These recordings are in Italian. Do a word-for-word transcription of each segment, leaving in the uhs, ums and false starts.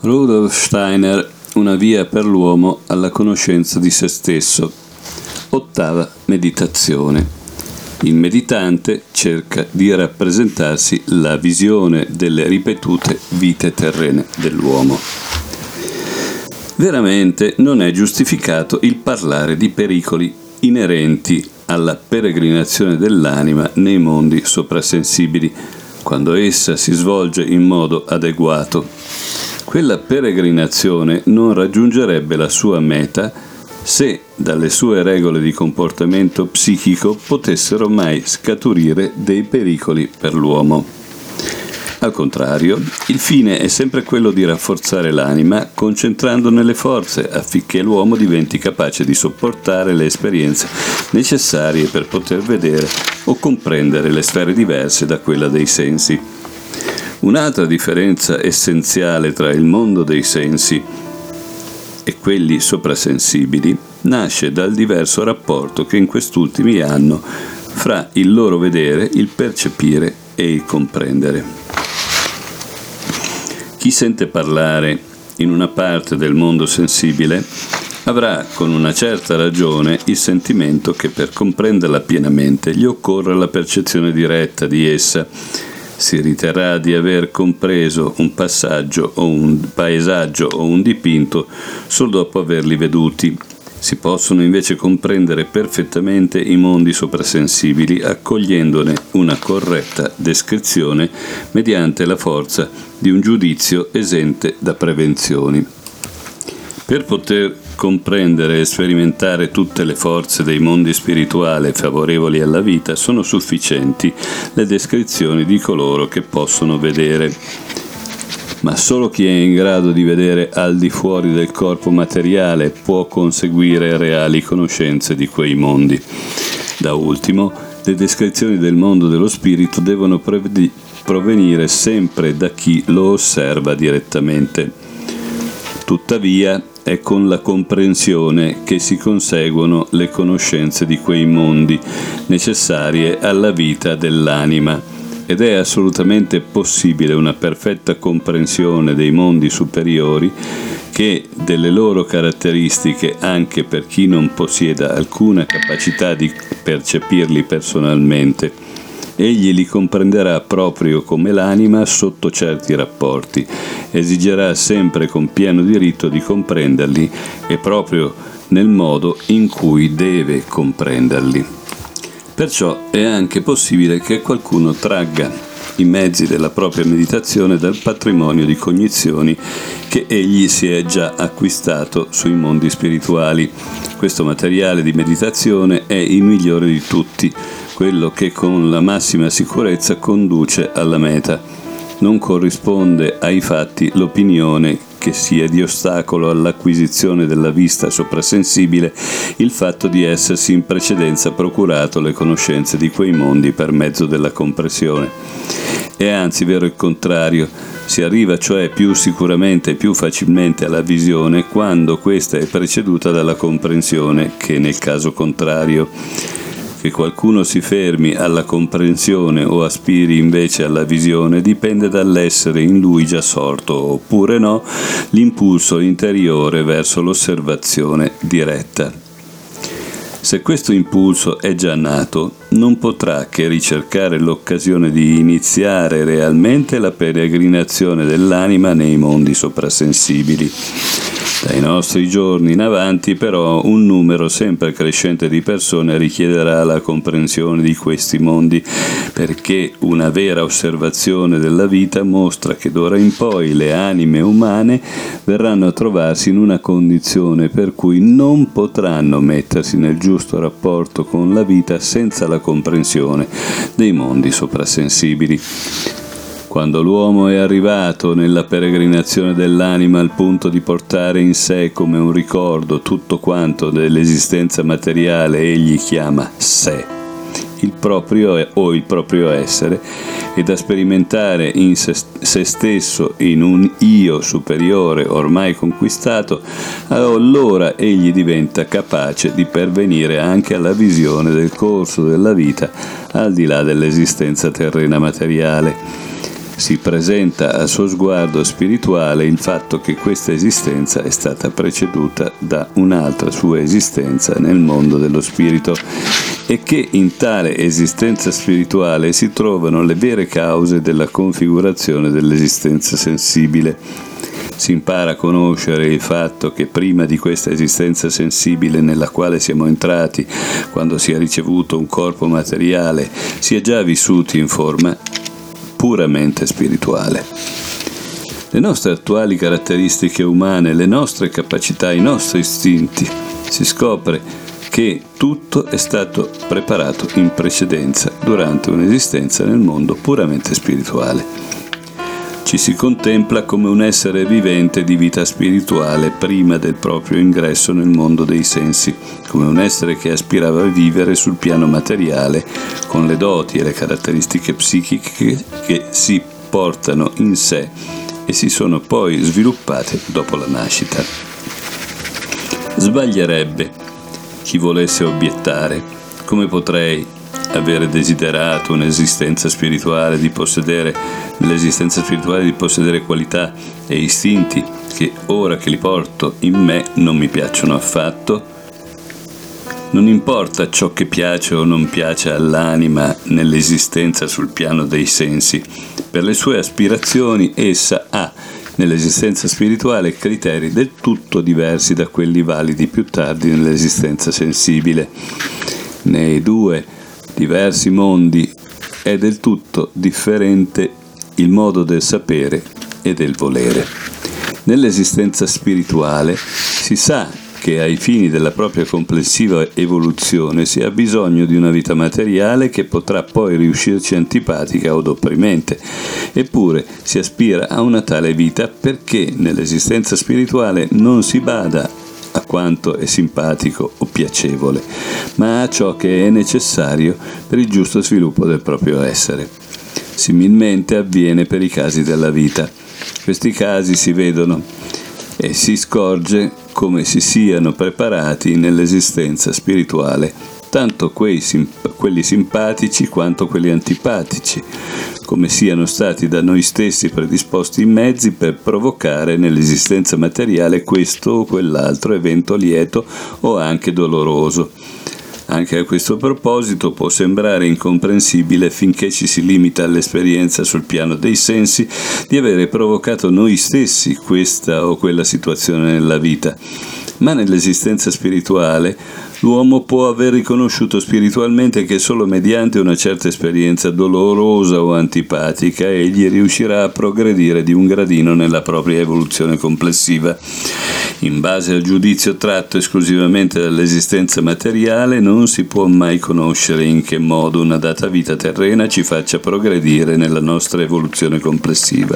Rudolf Steiner, Una via per l'uomo alla conoscenza di se stesso. Ottava meditazione. Il meditante cerca di rappresentarsi la visione delle ripetute vite terrene dell'uomo. Veramente non è giustificato il parlare di pericoli inerenti alla peregrinazione dell'anima nei mondi soprasensibili, quando essa si svolge in modo adeguato. Quella peregrinazione non raggiungerebbe la sua meta se dalle sue regole di comportamento psichico potessero mai scaturire dei pericoli per l'uomo. Al contrario, il fine è sempre quello di rafforzare l'anima, concentrandone le forze affinché l'uomo diventi capace di sopportare le esperienze necessarie per poter vedere o comprendere le sfere diverse da quella dei sensi. Un'altra differenza essenziale tra il mondo dei sensi e quelli soprasensibili nasce dal diverso rapporto che in quest'ultimi hanno fra il loro vedere, il percepire e il comprendere. Chi sente parlare in una parte del mondo sensibile avrà con una certa ragione il sentimento che per comprenderla pienamente gli occorre la percezione diretta di essa. Si riterrà di aver compreso un passaggio o un paesaggio o un dipinto solo dopo averli veduti. Si possono invece comprendere perfettamente i mondi soprasensibili accogliendone una corretta descrizione mediante la forza di un giudizio esente da prevenzioni. Per poter comprendere e sperimentare tutte le forze dei mondi spirituali favorevoli alla vita sono sufficienti le descrizioni di coloro che possono vedere. Ma solo chi è in grado di vedere al di fuori del corpo materiale può conseguire reali conoscenze di quei mondi. Da ultimo, le descrizioni del mondo dello spirito devono provenire sempre da chi lo osserva direttamente. Tuttavia, è con la comprensione che si conseguono le conoscenze di quei mondi necessarie alla vita dell'anima. Ed è assolutamente possibile una perfetta comprensione dei mondi superiori che delle loro caratteristiche anche per chi non possieda alcuna capacità di percepirli personalmente. Egli li comprenderà proprio come l'anima sotto certi rapporti, esigerà sempre con pieno diritto di comprenderli e proprio nel modo in cui deve comprenderli. Perciò è anche possibile che qualcuno tragga i mezzi della propria meditazione dal patrimonio di cognizioni che egli si è già acquistato sui mondi spirituali. Questo materiale di meditazione è il migliore di tutti, quello che con la massima sicurezza conduce alla meta. Non corrisponde ai fatti l'opinione che sia di ostacolo all'acquisizione della vista soprasensibile il fatto di essersi in precedenza procurato le conoscenze di quei mondi per mezzo della comprensione. È anzi vero il contrario, si arriva cioè più sicuramente e più facilmente alla visione quando questa è preceduta dalla comprensione che nel caso contrario. Che qualcuno si fermi alla comprensione o aspiri invece alla visione dipende dall'essere in lui già sorto, oppure no, l'impulso interiore verso l'osservazione diretta. Se questo impulso è già nato, non potrà che ricercare l'occasione di iniziare realmente la peregrinazione dell'anima nei mondi soprasensibili. Dai nostri giorni in avanti, però, un numero sempre crescente di persone richiederà la comprensione di questi mondi, perché una vera osservazione della vita mostra che d'ora in poi le anime umane verranno a trovarsi in una condizione per cui non potranno mettersi nel giusto rapporto con la vita senza la comprensione dei mondi soprasensibili. Quando l'uomo è arrivato nella peregrinazione dell'anima al punto di portare in sé come un ricordo tutto quanto dell'esistenza materiale egli chiama sé, il proprio o il proprio essere, e da sperimentare in se, se stesso in un io superiore ormai conquistato, allora egli diventa capace di pervenire anche alla visione del corso della vita al di là dell'esistenza terrena materiale. Si presenta al suo sguardo spirituale il fatto che questa esistenza è stata preceduta da un'altra sua esistenza nel mondo dello spirito e che in tale esistenza spirituale si trovano le vere cause della configurazione dell'esistenza sensibile. Si impara a conoscere il fatto che prima di questa esistenza sensibile nella quale siamo entrati, quando si è ricevuto un corpo materiale, si è già vissuti in forma puramente spirituale. Le nostre attuali caratteristiche umane, le nostre capacità, i nostri istinti, si scopre che tutto è stato preparato in precedenza durante un'esistenza nel mondo puramente spirituale. Ci si contempla come un essere vivente di vita spirituale prima del proprio ingresso nel mondo dei sensi, come un essere che aspirava a vivere sul piano materiale con le doti e le caratteristiche psichiche che si portano in sé e si sono poi sviluppate dopo la nascita. Sbaglierebbe chi volesse obiettare: come potrei avere desiderato un'esistenza spirituale di possedere l'esistenza spirituale di possedere qualità e istinti che ora che li porto in me non mi piacciono affatto? Non importa ciò che piace o non piace all'anima nell'esistenza sul piano dei sensi, per le sue aspirazioni essa ha nell'esistenza spirituale criteri del tutto diversi da quelli validi più tardi nell'esistenza sensibile. Nei due diversi mondi è del tutto differente il modo del sapere e del volere. Nell'esistenza spirituale si sa che ai fini della propria complessiva evoluzione si ha bisogno di una vita materiale che potrà poi riuscirci antipatica o opprimente. Eppure si aspira a una tale vita perché nell'esistenza spirituale non si bada a quanto è simpatico o piacevole, ma a ciò che è necessario per il giusto sviluppo del proprio essere. Similmente avviene per i casi della vita. Questi casi si vedono e si scorge come si siano preparati nell'esistenza spirituale, tanto quei simp- quelli simpatici quanto quelli antipatici, come siano stati da noi stessi predisposti i mezzi per provocare nell'esistenza materiale questo o quell'altro evento lieto o anche doloroso. Anche a questo proposito può sembrare incomprensibile, finché ci si limita all'esperienza sul piano dei sensi, di avere provocato noi stessi questa o quella situazione nella vita. Ma nell'esistenza spirituale l'uomo può aver riconosciuto spiritualmente che solo mediante una certa esperienza dolorosa o antipatica egli riuscirà a progredire di un gradino nella propria evoluzione complessiva. In base al giudizio tratto esclusivamente dall'esistenza materiale non si può mai conoscere in che modo una data vita terrena ci faccia progredire nella nostra evoluzione complessiva.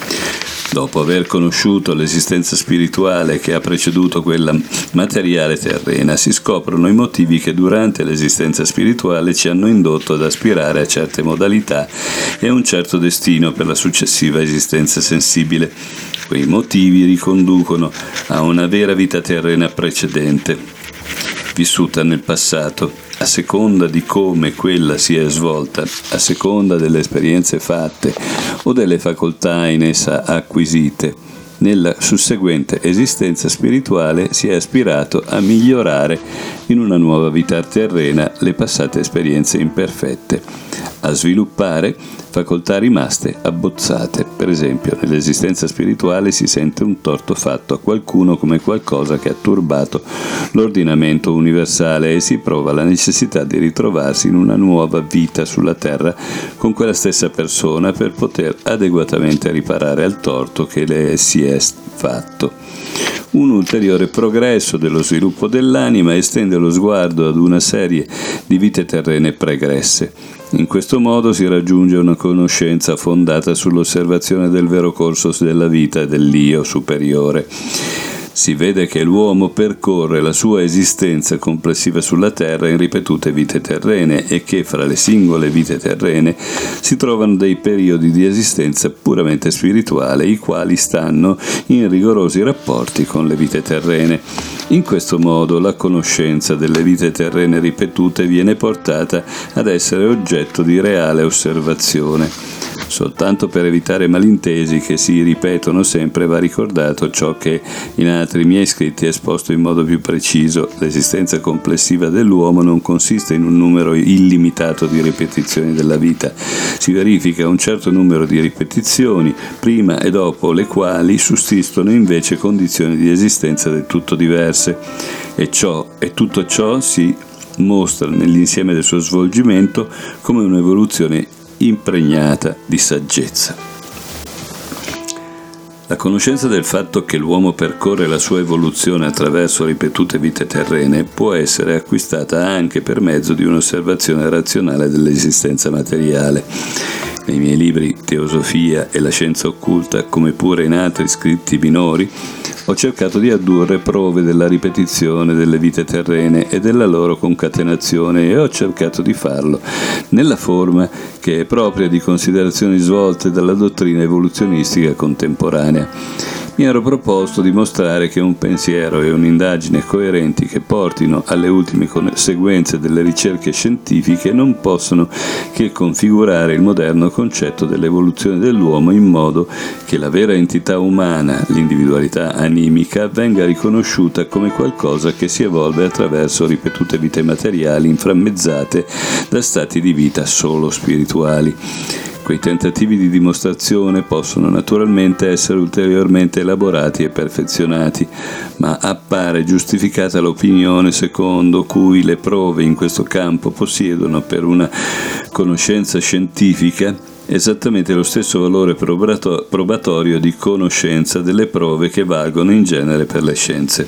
Dopo aver conosciuto l'esistenza spirituale che ha preceduto quella materiale terrena, si scoprono i motivi che durante l'esistenza spirituale ci hanno indotto ad aspirare a certe modalità e a un certo destino per la successiva esistenza sensibile. Quei motivi riconducono a una vera vita terrena precedente, vissuta nel passato, a seconda di come quella si è svolta, a seconda delle esperienze fatte o delle facoltà in essa acquisite. Nella susseguente esistenza spirituale si è aspirato a migliorare in una nuova vita terrena le passate esperienze imperfette, a sviluppare facoltà rimaste abbozzate. Per esempio, nell'esistenza spirituale si sente un torto fatto a qualcuno come qualcosa che ha turbato l'ordinamento universale e si prova la necessità di ritrovarsi in una nuova vita sulla terra con quella stessa persona per poter adeguatamente riparare al torto che le si è fatto. Un ulteriore progresso dello sviluppo dell'anima estende lo sguardo ad una serie di vite terrene pregresse. In questo modo si raggiunge una conoscenza fondata sull'osservazione del vero corso della vita e dell'io superiore. Si vede che l'uomo percorre la sua esistenza complessiva sulla terra in ripetute vite terrene e che fra le singole vite terrene si trovano dei periodi di esistenza puramente spirituale, i quali stanno in rigorosi rapporti con le vite terrene. In questo modo la conoscenza delle vite terrene ripetute viene portata ad essere oggetto di reale osservazione. Soltanto per evitare malintesi che si ripetono sempre va ricordato ciò che in altri miei scritti è esposto in modo più preciso. L'esistenza complessiva dell'uomo non consiste in un numero illimitato di ripetizioni della vita. Si verifica un certo numero di ripetizioni, prima e dopo le quali sussistono invece condizioni di esistenza del tutto diverse, e ciò e tutto ciò si mostra nell'insieme del suo svolgimento come un'evoluzione impregnata di saggezza. La conoscenza del fatto che l'uomo percorre la sua evoluzione attraverso ripetute vite terrene può essere acquistata anche per mezzo di un'osservazione razionale dell'esistenza materiale. Nei miei libri Teosofia e la scienza occulta, come pure in altri scritti minori, ho cercato di addurre prove della ripetizione delle vite terrene e della loro concatenazione, e ho cercato di farlo nella forma che è propria di considerazioni svolte dalla dottrina evoluzionistica contemporanea. Mi ero proposto di mostrare che un pensiero e un'indagine coerenti che portino alle ultime conseguenze delle ricerche scientifiche non possono che configurare il moderno concetto dell'evoluzione dell'uomo in modo che la vera entità umana, l'individualità animica, venga riconosciuta come qualcosa che si evolve attraverso ripetute vite materiali inframmezzate da stati di vita solo spirituali. Quei tentativi di dimostrazione possono naturalmente essere ulteriormente elaborati e perfezionati, ma appare giustificata l'opinione secondo cui le prove in questo campo possiedono per una conoscenza scientifica esattamente lo stesso valore probatorio di conoscenza delle prove che valgono in genere per le scienze.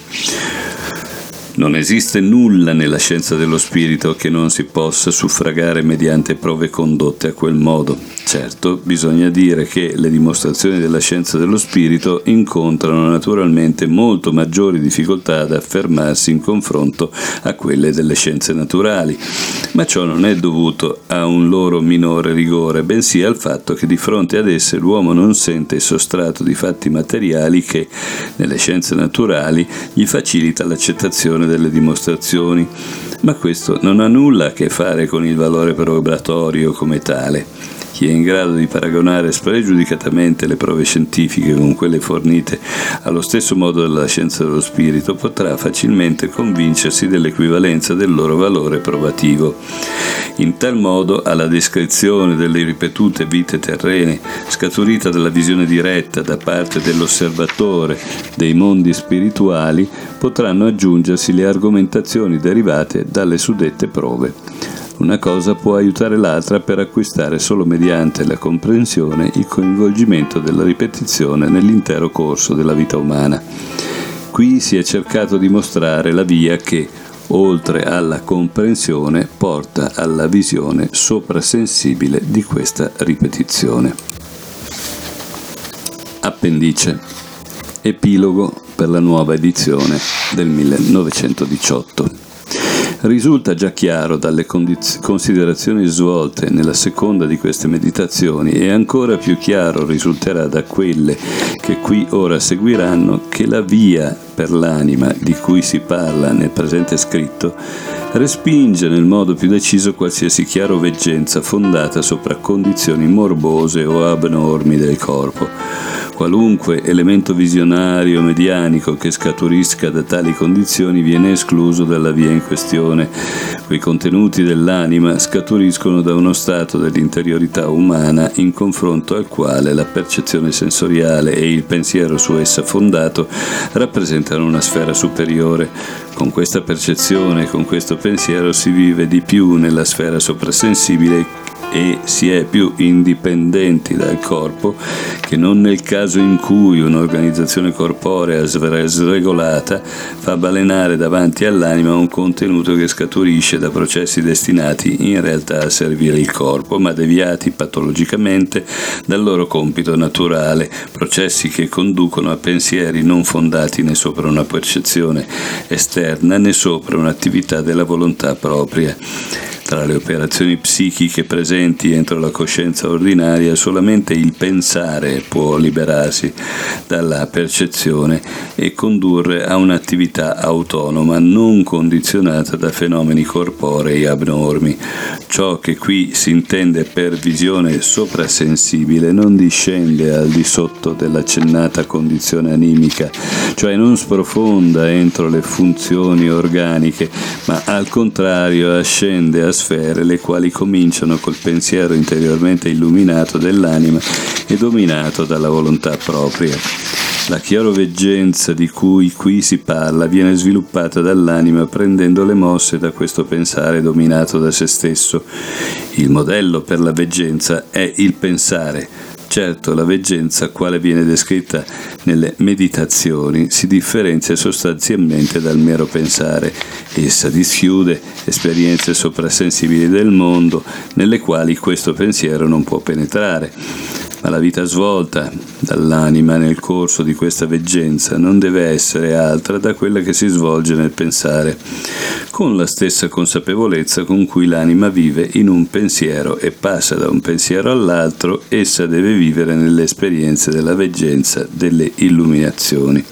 Non esiste nulla nella scienza dello spirito che non si possa suffragare mediante prove condotte a quel modo. Certo, bisogna dire che le dimostrazioni della scienza dello spirito incontrano naturalmente molto maggiori difficoltà ad affermarsi in confronto a quelle delle scienze naturali, ma ciò non è dovuto a un loro minore rigore, bensì al fatto che di fronte ad esse l'uomo non sente il sostrato di fatti materiali che, nelle scienze naturali, gli facilita l'accettazione delle dimostrazioni, ma questo non ha nulla a che fare con il valore probatorio come tale. Chi è in grado di paragonare spregiudicatamente le prove scientifiche con quelle fornite allo stesso modo dalla scienza dello spirito potrà facilmente convincersi dell'equivalenza del loro valore probativo. In tal modo, alla descrizione delle ripetute vite terrene, scaturita dalla visione diretta da parte dell'osservatore dei mondi spirituali, potranno aggiungersi le argomentazioni derivate dalle suddette prove. Una cosa può aiutare l'altra per acquistare solo mediante la comprensione il coinvolgimento della ripetizione nell'intero corso della vita umana. Qui si è cercato di mostrare la via che, oltre alla comprensione, porta alla visione soprasensibile di questa ripetizione. Appendice. Epilogo per la nuova edizione del millenovecentodiciotto. Risulta già chiaro dalle condiz- considerazioni svolte nella seconda di queste meditazioni, e ancora più chiaro risulterà da quelle che qui ora seguiranno, che la via per l'anima di cui si parla nel presente scritto respinge nel modo più deciso qualsiasi chiaroveggenza fondata sopra condizioni morbose o abnormi del corpo. Qualunque elemento visionario medianico che scaturisca da tali condizioni viene escluso dalla via in questione. Quei contenuti dell'anima scaturiscono da uno stato dell'interiorità umana in confronto al quale la percezione sensoriale e il pensiero su essa fondato rappresentano una sfera superiore. Con questa percezione e con questo pensiero si vive di più nella sfera soprasensibile e si è più indipendenti dal corpo che non nel caso in cui un'organizzazione corporea sregolata fa balenare davanti all'anima un contenuto che scaturisce da processi destinati in realtà a servire il corpo, ma deviati patologicamente dal loro compito naturale, processi che conducono a pensieri non fondati né sopra una percezione esterna né sopra un'attività della volontà propria. Tra le operazioni psichiche presenti entro la coscienza ordinaria, solamente il pensare può liberarsi dalla percezione e condurre a un'attività autonoma, non condizionata da fenomeni corporei abnormi. Ciò che qui si intende per visione soprasensibile non discende al di sotto dell'accennata condizione animica, cioè non sprofonda entro le funzioni organiche, ma al contrario ascende a sfere le quali cominciano col pensiero interiormente illuminato dell'anima e dominato dalla volontà propria. La chiaroveggenza di cui qui si parla viene sviluppata dall'anima prendendo le mosse da questo pensare dominato da se stesso. Il modello per la veggenza è il pensare. Certo, la veggenza, quale viene descritta nelle meditazioni, si differenzia sostanzialmente dal mero pensare. Essa dischiude esperienze soprasensibili del mondo nelle quali questo pensiero non può penetrare. Ma la vita svolta dall'anima nel corso di questa veggenza non deve essere altra da quella che si svolge nel pensare, con la stessa consapevolezza con cui l'anima vive in un pensiero e passa da un pensiero all'altro. Essa deve vivere nelle esperienze della veggenza delle illuminazioni.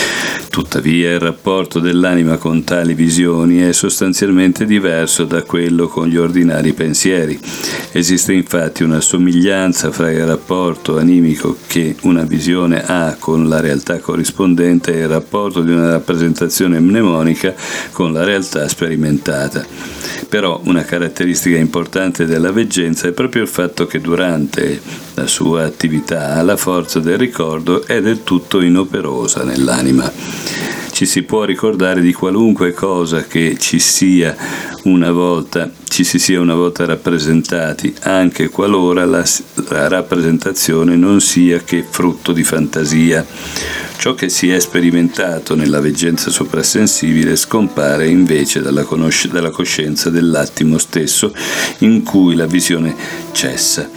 Tuttavia il rapporto dell'anima con tali visioni è sostanzialmente diverso da quello con gli ordinari pensieri. Esiste infatti una somiglianza fra il rapporto animico che una visione ha con la realtà corrispondente e il rapporto di una rappresentazione mnemonica con la realtà sperimentata. Però una caratteristica importante della veggenza è proprio il fatto che durante la sua attività la forza del ricordo è del tutto inoperosa nell'anima. Ci si può ricordare di qualunque cosa che ci sia una volta, ci si sia una volta rappresentati, anche qualora la, la rappresentazione non sia che frutto di fantasia. Ciò che si è sperimentato nella veggenza soprassensibile scompare invece dalla, conosc- dalla coscienza dell'attimo stesso in cui la visione cessa,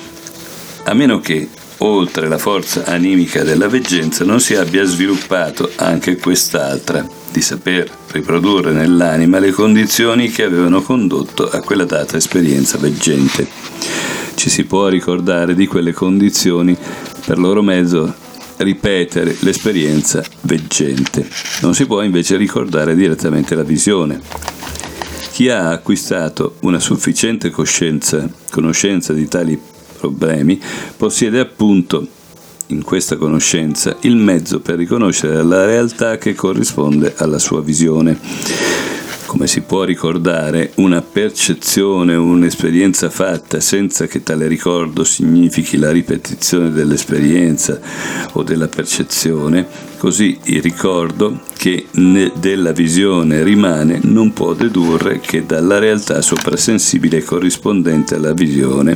a meno che oltre la forza animica della veggenza non si abbia sviluppato anche quest'altra, di saper riprodurre nell'anima le condizioni che avevano condotto a quella data esperienza veggente. Ci si può ricordare di quelle condizioni per loro mezzo ripetere l'esperienza veggente. Non si può invece ricordare direttamente la visione. Chi ha acquistato una sufficiente coscienza, conoscenza di tali problemi possiede appunto in questa conoscenza il mezzo per riconoscere la realtà che corrisponde alla sua visione. Come si può ricordare una percezione o un'esperienza fatta senza che tale ricordo significhi la ripetizione dell'esperienza o della percezione, così il ricordo che della visione rimane non può dedurre che dalla realtà soprasensibile corrispondente alla visione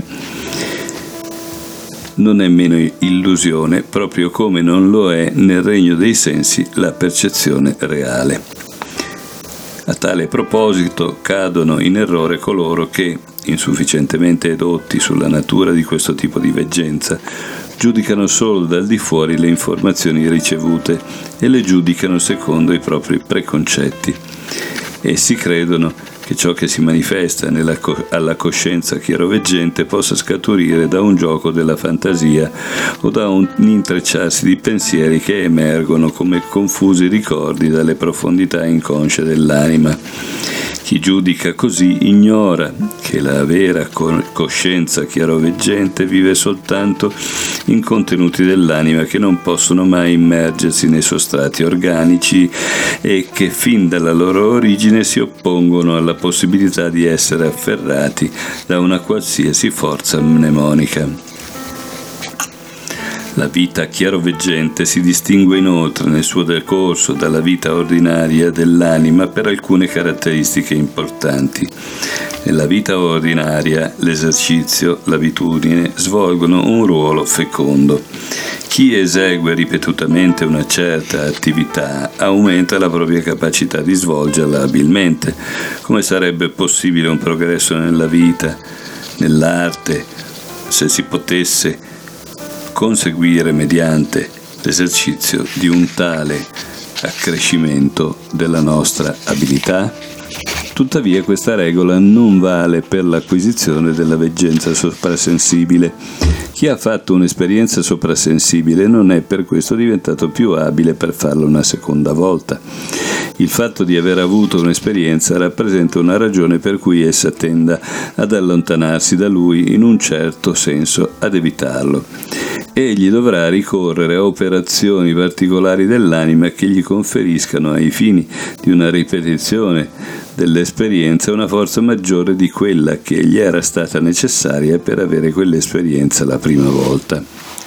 non è meno illusione, proprio come non lo è nel regno dei sensi la percezione reale. A tale proposito cadono in errore coloro che, insufficientemente edotti sulla natura di questo tipo di veggenza, giudicano solo dal di fuori le informazioni ricevute e le giudicano secondo i propri preconcetti. Essi credono che ciò che si manifesta nella co- alla coscienza chiaroveggente possa scaturire da un gioco della fantasia o da un intrecciarsi di pensieri che emergono come confusi ricordi dalle profondità inconsce dell'anima. Chi giudica così ignora che la vera coscienza chiaroveggente vive soltanto in contenuti dell'anima che non possono mai immergersi nei sostrati organici e che fin dalla loro origine si oppongono alla possibilità di essere afferrati da una qualsiasi forza mnemonica. La vita chiaroveggente si distingue inoltre nel suo decorso dalla vita ordinaria dell'anima per alcune caratteristiche importanti. Nella vita ordinaria l'esercizio, l'abitudine svolgono un ruolo fecondo. Chi esegue ripetutamente una certa attività aumenta la propria capacità di svolgerla abilmente. Come sarebbe possibile un progresso nella vita, nell'arte, se si potesse conseguire mediante l'esercizio di un tale accrescimento della nostra abilità? Tuttavia questa regola non vale per l'acquisizione della veggenza soprasensibile. Chi ha fatto un'esperienza soprasensibile non è per questo diventato più abile per farlo una seconda volta. Il fatto di aver avuto un'esperienza rappresenta una ragione per cui essa tenda ad allontanarsi da lui, in un certo senso ad evitarlo. Egli dovrà ricorrere a operazioni particolari dell'anima che gli conferiscano, ai fini di una ripetizione dell'esperienza, una forza maggiore di quella che gli era stata necessaria per avere quell'esperienza la prima volta.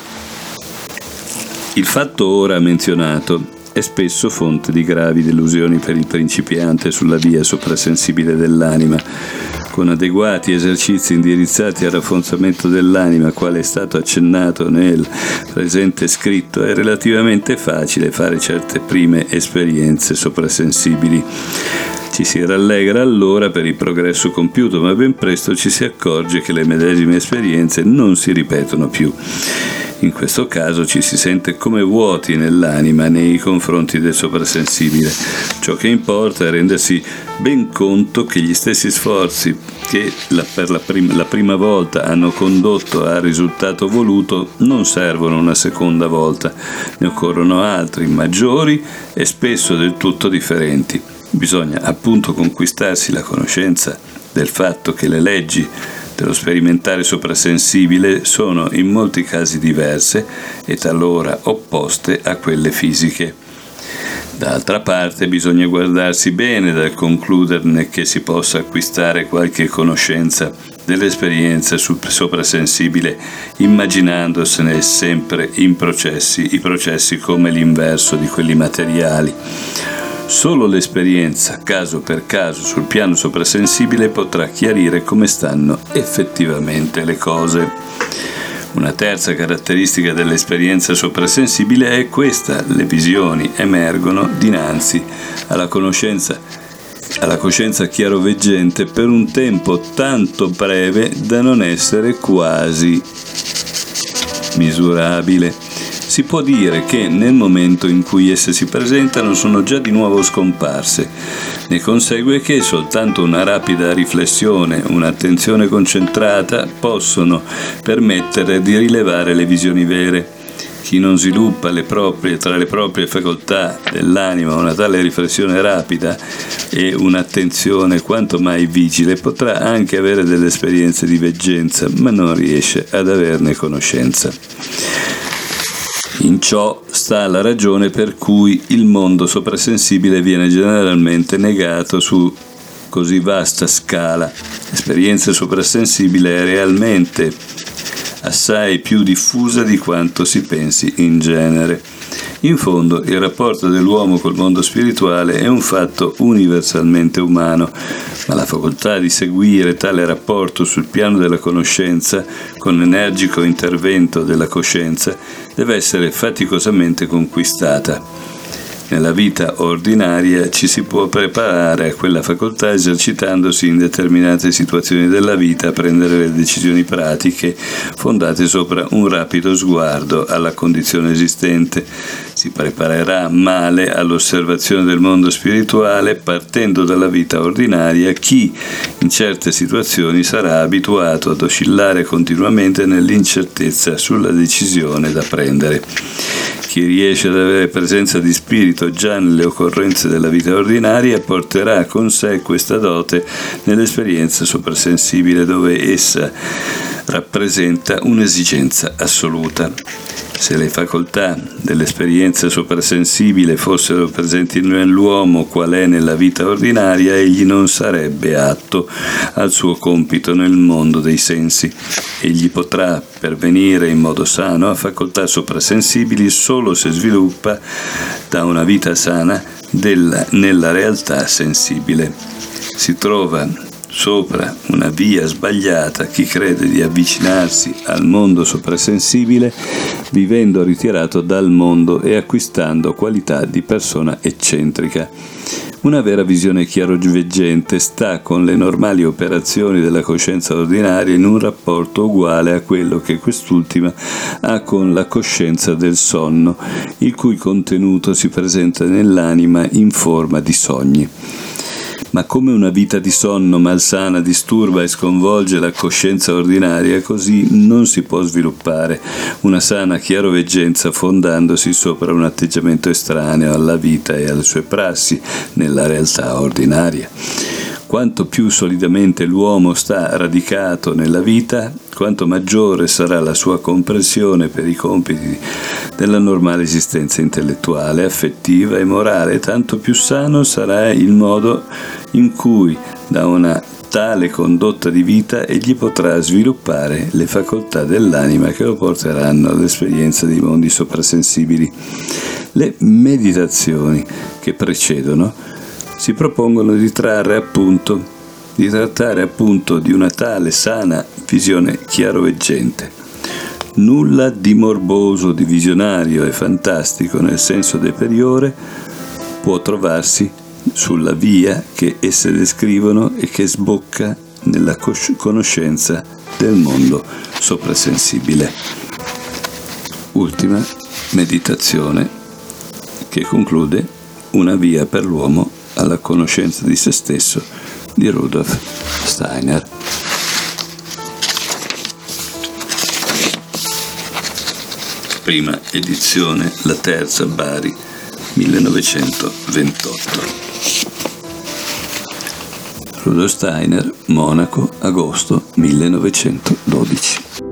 Il fatto ora menzionato è spesso fonte di gravi delusioni per il principiante sulla via soprasensibile dell'anima. Con adeguati esercizi indirizzati al rafforzamento dell'anima, quale è stato accennato nel presente scritto, è relativamente facile fare certe prime esperienze soprasensibili. Ci si rallegra allora per il progresso compiuto, ma ben presto ci si accorge che le medesime esperienze non si ripetono più. In questo caso ci si sente come vuoti nell'anima nei confronti del soprasensibile. Ciò che importa è rendersi ben conto che gli stessi sforzi che la, per la, prim- la prima volta hanno condotto al risultato voluto non servono una seconda volta. Ne occorrono altri, maggiori e spesso del tutto differenti. Bisogna appunto conquistarsi la conoscenza del fatto che le leggi dello sperimentare soprasensibile sono in molti casi diverse e talora opposte a quelle fisiche. D'altra parte bisogna guardarsi bene dal concluderne che si possa acquistare qualche conoscenza dell'esperienza soprasensibile immaginandosene sempre in processi, i processi come l'inverso di quelli materiali. Solo l'esperienza, caso per caso, sul piano soprasensibile potrà chiarire come stanno effettivamente le cose. Una terza caratteristica dell'esperienza soprasensibile è questa: le visioni emergono dinanzi alla conoscenza, alla coscienza chiaroveggente per un tempo tanto breve da non essere quasi misurabile. Si può dire che nel momento in cui esse si presentano sono già di nuovo scomparse. Ne consegue che soltanto una rapida riflessione, un'attenzione concentrata possono permettere di rilevare le visioni vere. Chi non sviluppa le proprie, tra le proprie facoltà dell'anima una tale riflessione rapida e un'attenzione quanto mai vigile potrà anche avere delle esperienze di veggenza, ma non riesce ad averne conoscenza. In ciò sta la ragione per cui il mondo soprasensibile viene generalmente negato su così vasta scala. L'esperienza soprasensibile è realmente assai più diffusa di quanto si pensi in genere. In fondo, il rapporto dell'uomo col mondo spirituale è un fatto universalmente umano, ma la facoltà di seguire tale rapporto sul piano della conoscenza, con l'energico intervento della coscienza, deve essere faticosamente conquistata. Nella vita ordinaria ci si può preparare a quella facoltà esercitandosi in determinate situazioni della vita a prendere le decisioni pratiche fondate sopra un rapido sguardo alla condizione esistente. Si preparerà male all'osservazione del mondo spirituale partendo dalla vita ordinaria chi in certe situazioni sarà abituato ad oscillare continuamente nell'incertezza sulla decisione da prendere. Chi riesce ad avere presenza di spirito già nelle occorrenze della vita ordinaria porterà con sé questa dote nell'esperienza soprasensibile dove essa rappresenta un'esigenza assoluta. Se le facoltà dell'esperienza soprasensibile fossero presenti nell'uomo qual è nella vita ordinaria, egli non sarebbe atto al suo compito nel mondo dei sensi. Egli potrà pervenire in modo sano a facoltà soprasensibili solo se sviluppa da una vita sana della, nella realtà sensibile. Si trova sopra una via sbagliata chi crede di avvicinarsi al mondo soprasensibile vivendo ritirato dal mondo e acquistando qualità di persona eccentrica. Una vera visione chiaroveggente sta con le normali operazioni della coscienza ordinaria in un rapporto uguale a quello che quest'ultima ha con la coscienza del sonno, il cui contenuto si presenta nell'anima in forma di sogni. Ma come una vita di sonno malsana disturba e sconvolge la coscienza ordinaria, così non si può sviluppare una sana chiaroveggenza fondandosi sopra un atteggiamento estraneo alla vita e alle sue prassi nella realtà ordinaria. Quanto più solidamente l'uomo sta radicato nella vita, quanto maggiore sarà la sua comprensione per i compiti della normale esistenza intellettuale, affettiva e morale, tanto più sano sarà il modo in cui da una tale condotta di vita egli potrà sviluppare le facoltà dell'anima che lo porteranno all'esperienza dei mondi soprasensibili. Le meditazioni che precedono si propongono di trarre appunto, di trattare appunto di una tale sana visione chiaroveggente. Nulla di morboso, di visionario e fantastico nel senso deperiore può trovarsi sulla via che esse descrivono e che sbocca nella conoscenza del mondo soprasensibile. Ultima meditazione che conclude una via per l'uomo alla conoscenza di se stesso di Rudolf Steiner. Prima edizione, la terza, Bari, millenovecentoventotto. Rudolf Steiner, Monaco, agosto millenovecentododici.